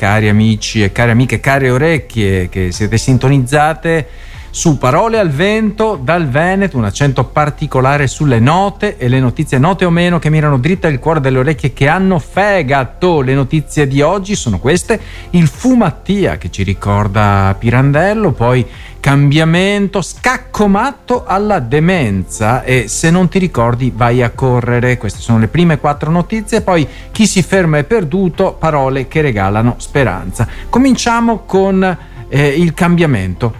cari amici e cari amiche, care orecchie che siete sintonizzate su Parole al Vento dal Veneto, un accento particolare sulle note e le notizie, note o meno, che mirano dritta il cuore delle orecchie che hanno fegato. Le notizie di oggi sono queste: il fumattia che ci ricorda Pirandello, poi cambiamento, scacco matto alla demenza e se non ti ricordi vai a correre. Queste sono le prime 4 notizie, poi chi si ferma è perduto, parole che regalano speranza. Cominciamo con il cambiamento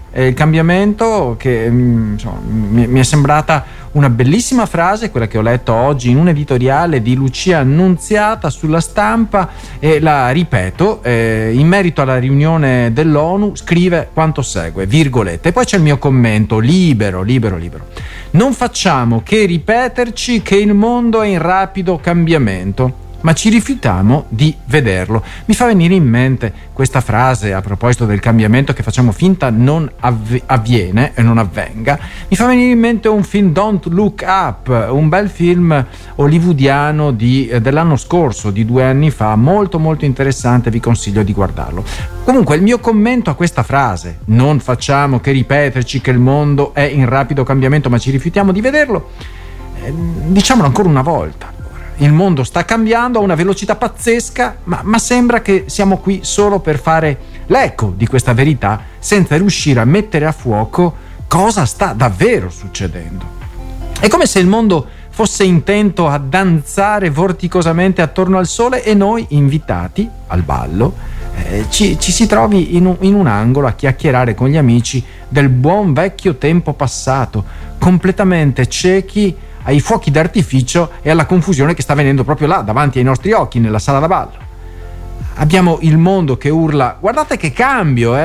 che insomma, mi è sembrata una bellissima frase, quella che ho letto oggi in un editoriale di Lucia Annunziata sulla Stampa, e la ripeto. In merito alla riunione dell'ONU scrive quanto segue, virgolette, e poi c'è il mio commento libero: non facciamo che ripeterci che il mondo è in rapido cambiamento, ma ci rifiutiamo di vederlo. Mi fa venire in mente questa frase a proposito del cambiamento che facciamo finta non avviene e non avvenga. Mi fa venire in mente un film, Don't Look Up, un bel film hollywoodiano dell'anno scorso, di 2 anni fa, molto molto interessante, vi consiglio di guardarlo. Comunque il mio commento a questa frase, non facciamo che ripeterci che il mondo è in rapido cambiamento ma ci rifiutiamo di vederlo, diciamolo ancora una volta. Il mondo sta cambiando a una velocità pazzesca, ma sembra che siamo qui solo per fare l'eco di questa verità, senza riuscire a mettere a fuoco cosa sta davvero succedendo. È come se il mondo fosse intento a danzare vorticosamente attorno al sole e noi, invitati al ballo, ci si trovi in un angolo a chiacchierare con gli amici del buon vecchio tempo passato, completamente ciechi ai fuochi d'artificio e alla confusione che sta avvenendo proprio là, davanti ai nostri occhi, nella sala da ballo. Abbiamo il mondo che urla: guardate che cambio,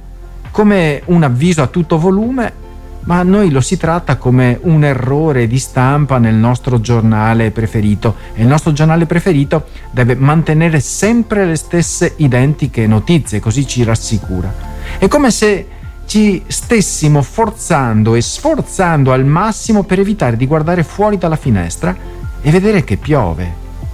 come un avviso a tutto volume, ma a noi lo si tratta come un errore di stampa nel nostro giornale preferito, e il nostro giornale preferito deve mantenere sempre le stesse identiche notizie, così ci rassicura. È come se ci stessimo forzando e sforzando al massimo per evitare di guardare fuori dalla finestra e vedere che piove.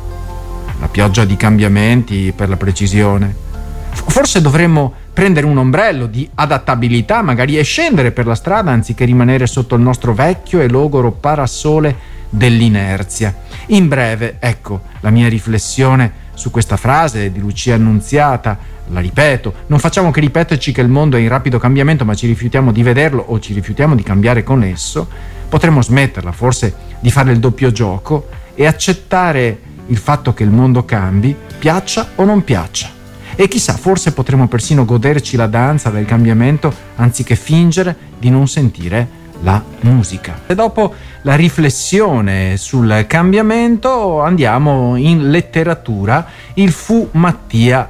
La pioggia di cambiamenti, per la precisione. Forse dovremmo prendere un ombrello di adattabilità magari e scendere per la strada anziché rimanere sotto il nostro vecchio e logoro parasole dell'inerzia. In breve, ecco la mia riflessione su questa frase di Lucia Annunziata. La ripeto: non facciamo che ripeterci che il mondo è in rapido cambiamento ma ci rifiutiamo di vederlo o ci rifiutiamo di cambiare con esso. Potremmo smetterla forse di fare il doppio gioco e accettare il fatto che il mondo cambi, piaccia o non piaccia. E chissà, forse potremmo persino goderci la danza del cambiamento anziché fingere di non sentire la musica. E dopo la riflessione sul cambiamento andiamo in letteratura. Il fumattia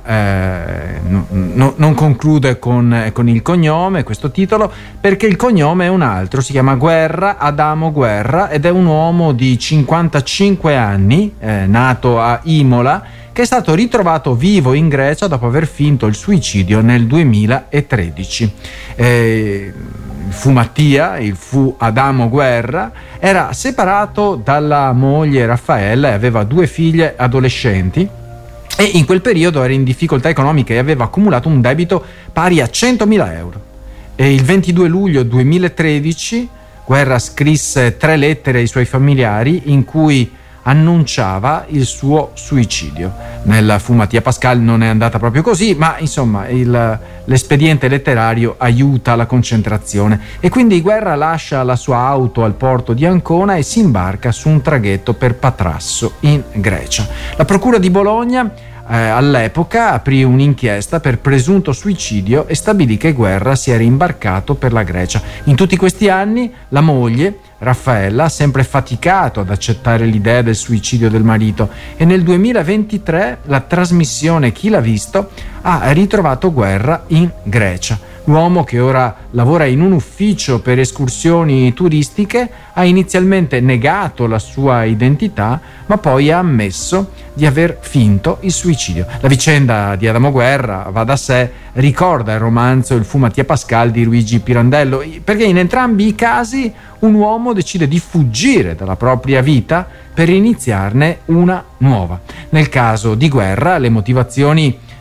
non conclude con il cognome, questo titolo, perché il cognome è un altro, si chiama Guerra, Adamo Guerra, ed è un uomo di 55 anni, nato a Imola, che è stato ritrovato vivo in Grecia dopo aver finto il suicidio nel 2013. Il fu Adamo Guerra, era separato dalla moglie Raffaella e aveva 2 figlie adolescenti, e in quel periodo era in difficoltà economica e aveva accumulato un debito pari a 100.000 euro. E il 22 luglio 2013 Guerra scrisse 3 lettere ai suoi familiari in cui annunciava il suo suicidio. Nella fumattia Pascal non è andata proprio così, ma insomma l'espediente letterario aiuta la concentrazione, e quindi Guerra lascia la sua auto al porto di Ancona e si imbarca su un traghetto per Patrasso in Grecia. La procura di Bologna all'epoca aprì un'inchiesta per presunto suicidio e stabilì che Guerra si era imbarcato per la Grecia. In tutti questi anni la moglie Raffaella ha sempre faticato ad accettare l'idea del suicidio del marito, e nel 2023 la trasmissione Chi l'ha visto ha ritrovato Guerra in Grecia. L'uomo, che ora lavora in un ufficio per escursioni turistiche, ha inizialmente negato la sua identità, ma poi ha ammesso di aver finto il suicidio. La vicenda di Adamo Guerra, va da sé, ricorda il romanzo Il fumattia Pascal di Luigi Pirandello, perché in entrambi i casi un uomo decide di fuggire dalla propria vita per iniziarne una nuova. Nel caso di Guerra le motivazioni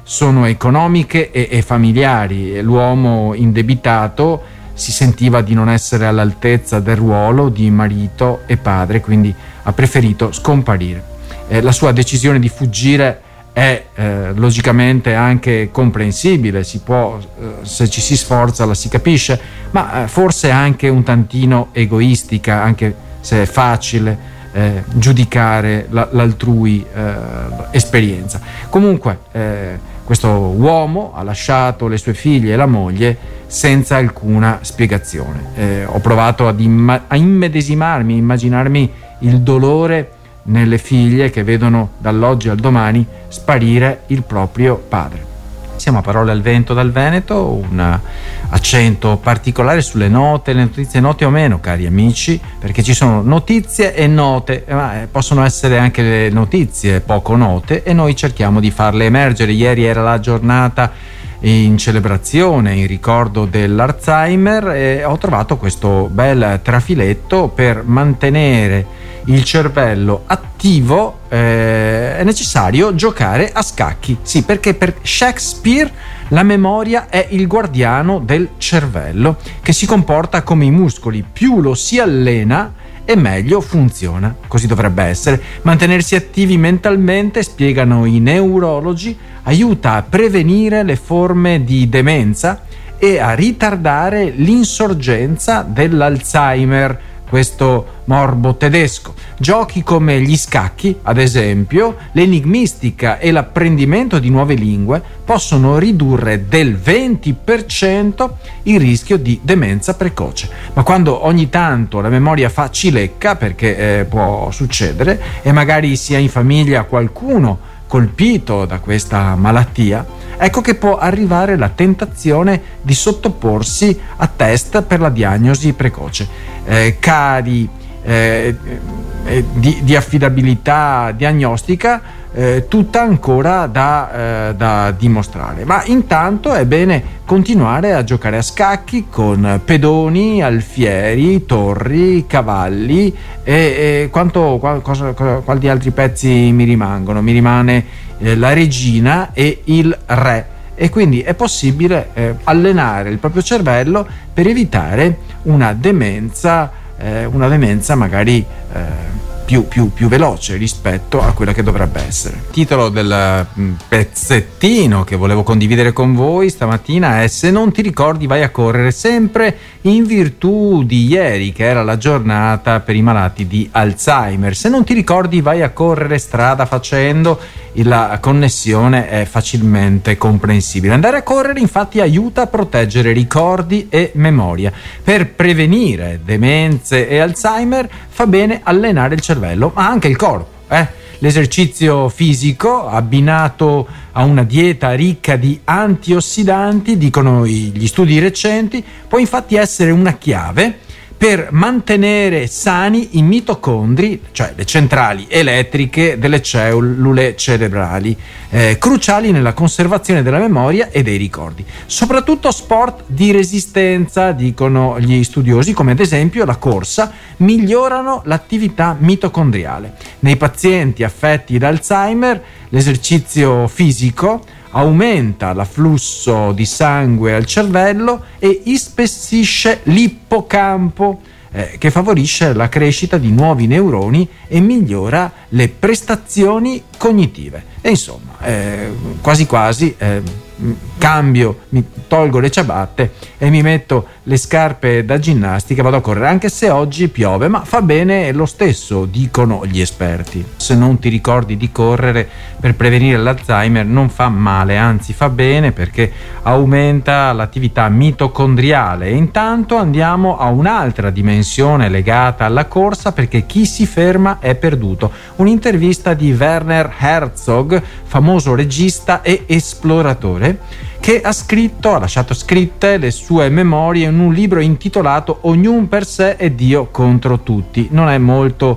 sono economiche e familiari. L'uomo indebitato si sentiva di non essere all'altezza del ruolo di marito e padre, quindi ha preferito scomparire. La sua decisione di fuggire è logicamente anche comprensibile, si può, se ci si sforza la si capisce, ma forse anche un tantino egoistica, anche se è facile giudicare l'altrui esperienza. Comunque questo uomo ha lasciato le sue figlie e la moglie senza alcuna spiegazione. Ho provato a immedesimarmi, immaginarmi il dolore nelle figlie che vedono dall'oggi al domani sparire il proprio padre. Siamo a Parole al Vento dal Veneto, un accento particolare sulle note, le notizie note o meno, cari amici, perché ci sono notizie e note, ma possono essere anche le notizie poco note e noi cerchiamo di farle emergere. Ieri era la giornata in celebrazione, in ricordo dell'Alzheimer, e ho trovato questo bel trafiletto: per mantenere il cervello attivo è necessario giocare a scacchi. Sì, perché per Shakespeare la memoria è il guardiano del cervello, che si comporta come i muscoli: più lo si allena e meglio funziona. Così dovrebbe essere. Mantenersi attivi mentalmente, spiegano i neurologi, aiuta a prevenire le forme di demenza e a ritardare l'insorgenza dell'Alzheimer, questo morbo tedesco. Giochi come gli scacchi, ad esempio, l'enigmistica e l'apprendimento di nuove lingue possono ridurre del 20% il rischio di demenza precoce. Ma quando ogni tanto la memoria fa cilecca, perché può succedere, e magari si ha in famiglia qualcuno colpito da questa malattia, ecco che può arrivare la tentazione di sottoporsi a test per la diagnosi precoce. Cari di affidabilità diagnostica, tutta ancora da dimostrare. Ma intanto è bene continuare a giocare a scacchi con pedoni, alfieri, torri, cavalli e quali altri pezzi mi rimangono? Mi rimane la regina e il re. E quindi è possibile allenare il proprio cervello per evitare una demenza magari più veloce rispetto a quella che dovrebbe essere. Il titolo del pezzettino che volevo condividere con voi stamattina è: se non ti ricordi vai a correre, sempre in virtù di ieri, che era la giornata per i malati di Alzheimer. Se non ti ricordi vai a correre strada facendo, la connessione è facilmente comprensibile. Andare a correre infatti aiuta a proteggere ricordi e memoria. Per prevenire demenze e Alzheimer fa bene allenare il cervello, ma anche il corpo. L'esercizio fisico abbinato a una dieta ricca di antiossidanti, dicono gli studi recenti, può infatti essere una chiave per mantenere sani i mitocondri, cioè le centrali elettriche delle cellule cerebrali, cruciali nella conservazione della memoria e dei ricordi. Soprattutto sport di resistenza, dicono gli studiosi, come ad esempio la corsa, migliorano l'attività mitocondriale. Nei pazienti affetti da Alzheimer, l'esercizio fisico aumenta l'afflusso di sangue al cervello e ispessisce l'ippocampo, che favorisce la crescita di nuovi neuroni e migliora le prestazioni cognitive. E insomma, quasi cambio, mi tolgo le ciabatte e mi metto le scarpe da ginnastica, vado a correre, anche se oggi piove, ma fa bene lo stesso, dicono gli esperti. Se non ti ricordi di correre, per prevenire l'Alzheimer non fa male, anzi fa bene, perché aumenta l'attività mitocondriale. E intanto andiamo a un'altra dimensione legata alla corsa, perché chi si ferma è perduto. Un'intervista di Werner Herzog, famoso regista e esploratore, che ha lasciato scritte le sue memorie in un libro intitolato Ognuno per sé e Dio contro tutti. Non è molto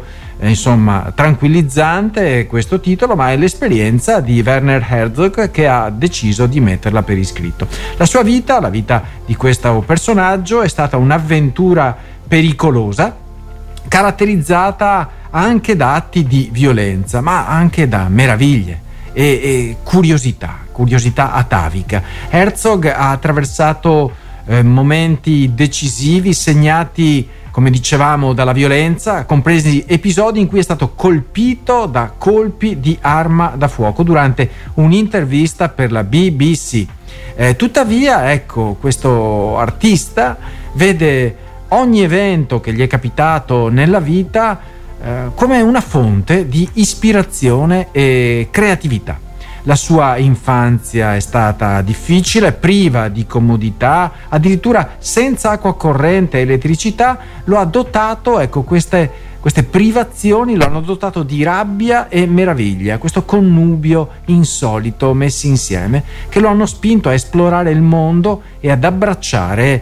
tranquillizzante questo titolo, ma è l'esperienza di Werner Herzog che ha deciso di metterla per iscritto. La sua vita, la vita di questo personaggio, è stata un'avventura pericolosa, caratterizzata anche da atti di violenza, ma anche da meraviglie e curiosità curiosità atavica. Herzog ha attraversato momenti decisivi segnati, come dicevamo, dalla violenza, compresi episodi in cui è stato colpito da colpi di arma da fuoco durante un'intervista per la BBC. Tuttavia, ecco, questo artista vede ogni evento che gli è capitato nella vita come una fonte di ispirazione e creatività. La sua infanzia è stata difficile, priva di comodità, addirittura senza acqua corrente e elettricità. Lo ha dotato, ecco, queste privazioni lo hanno dotato di rabbia e meraviglia, questo connubio insolito messi insieme, che lo hanno spinto a esplorare il mondo e ad abbracciare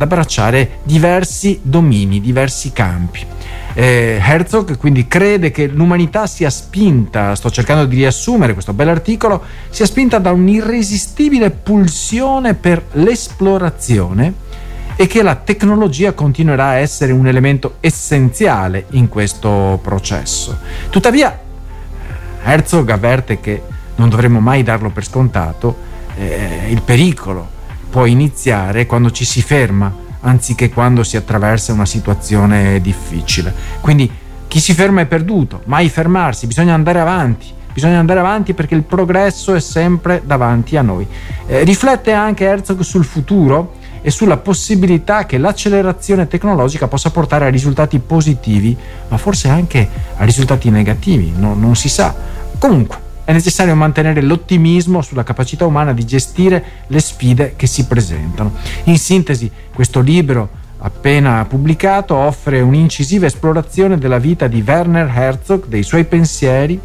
diversi domini, diversi campi. Herzog quindi crede che l'umanità sia spinta, sto cercando di riassumere questo bell'articolo, sia spinta da un'irresistibile pulsione per l'esplorazione e che la tecnologia continuerà a essere un elemento essenziale in questo processo. Tuttavia, Herzog avverte che non dovremmo mai darlo per scontato. Il pericolo può iniziare quando ci si ferma anziché quando si attraversa una situazione difficile. Quindi chi si ferma è perduto, mai fermarsi, bisogna andare avanti perché il progresso è sempre davanti a noi. Riflette anche Herzog sul futuro e sulla possibilità che l'accelerazione tecnologica possa portare a risultati positivi, ma forse anche a risultati negativi, non si sa. Comunque è necessario mantenere l'ottimismo sulla capacità umana di gestire le sfide che si presentano. In sintesi, questo libro appena pubblicato offre un'incisiva esplorazione della vita di Werner Herzog, dei suoi pensieri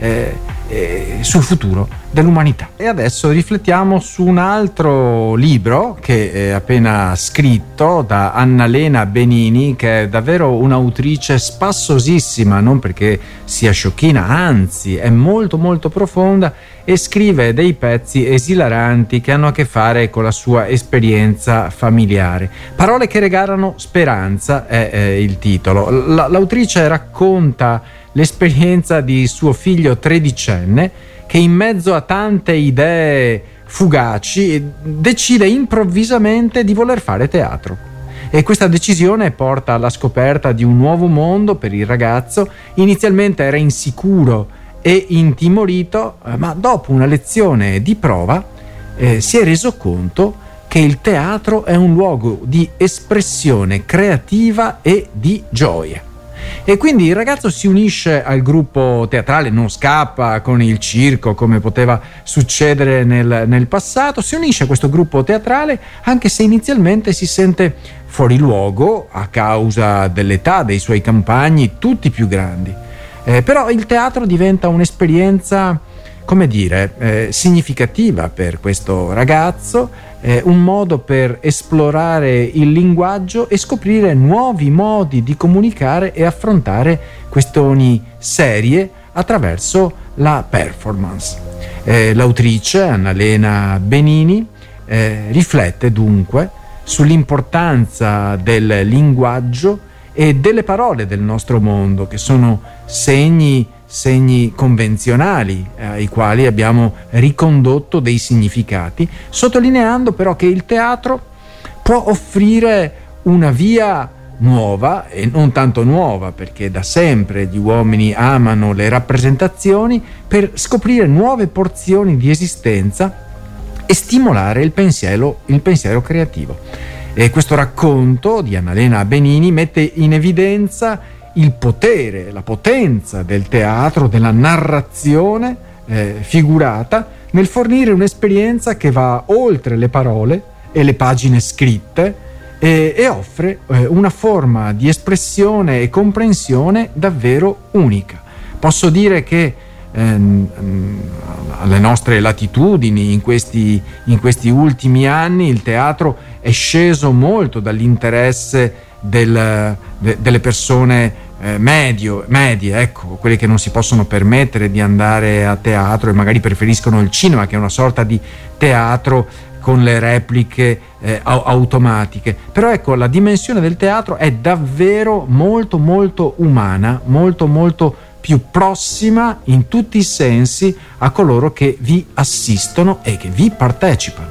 sul futuro dell'umanità. E adesso riflettiamo su un altro libro che è appena scritto da Annalena Benini, che è davvero un'autrice spassosissima, non perché sia sciocchina, anzi è molto molto profonda, e scrive dei pezzi esilaranti che hanno a che fare con la sua esperienza familiare. Parole che regalano speranza è il titolo. L'autrice racconta l'esperienza di suo figlio tredicenne che in mezzo a tante idee fugaci decide improvvisamente di voler fare teatro, e questa decisione porta alla scoperta di un nuovo mondo per il ragazzo. Inizialmente era insicuro e intimorito, ma dopo una lezione di prova si è reso conto che il teatro è un luogo di espressione creativa e di gioia. E quindi il ragazzo si unisce al gruppo teatrale, non scappa con il circo come poteva succedere nel passato, si unisce a questo gruppo teatrale anche se inizialmente si sente fuori luogo a causa dell'età dei suoi compagni, tutti più grandi. Però il teatro diventa un'esperienza, come dire, significativa per questo ragazzo, un modo per esplorare il linguaggio e scoprire nuovi modi di comunicare e affrontare questioni serie attraverso la performance. L'autrice Annalena Benini riflette dunque sull'importanza del linguaggio e delle parole del nostro mondo, che sono segni convenzionali ai quali abbiamo ricondotto dei significati, sottolineando però che il teatro può offrire una via nuova, e non tanto nuova perché da sempre gli uomini amano le rappresentazioni, per scoprire nuove porzioni di esistenza e stimolare il pensiero creativo. E questo racconto di Annalena Benini mette in evidenza il potere, la potenza del teatro, della narrazione figurata, nel fornire un'esperienza che va oltre le parole e le pagine scritte e offre una forma di espressione e comprensione davvero unica. Posso dire che alle nostre latitudini in questi ultimi anni il teatro è sceso molto dall'interesse delle persone medie, ecco, quelle che non si possono permettere di andare a teatro e magari preferiscono il cinema, che è una sorta di teatro con le repliche automatiche. Però ecco, la dimensione del teatro è davvero molto molto umana, molto molto più prossima in tutti i sensi a coloro che vi assistono e che vi partecipano.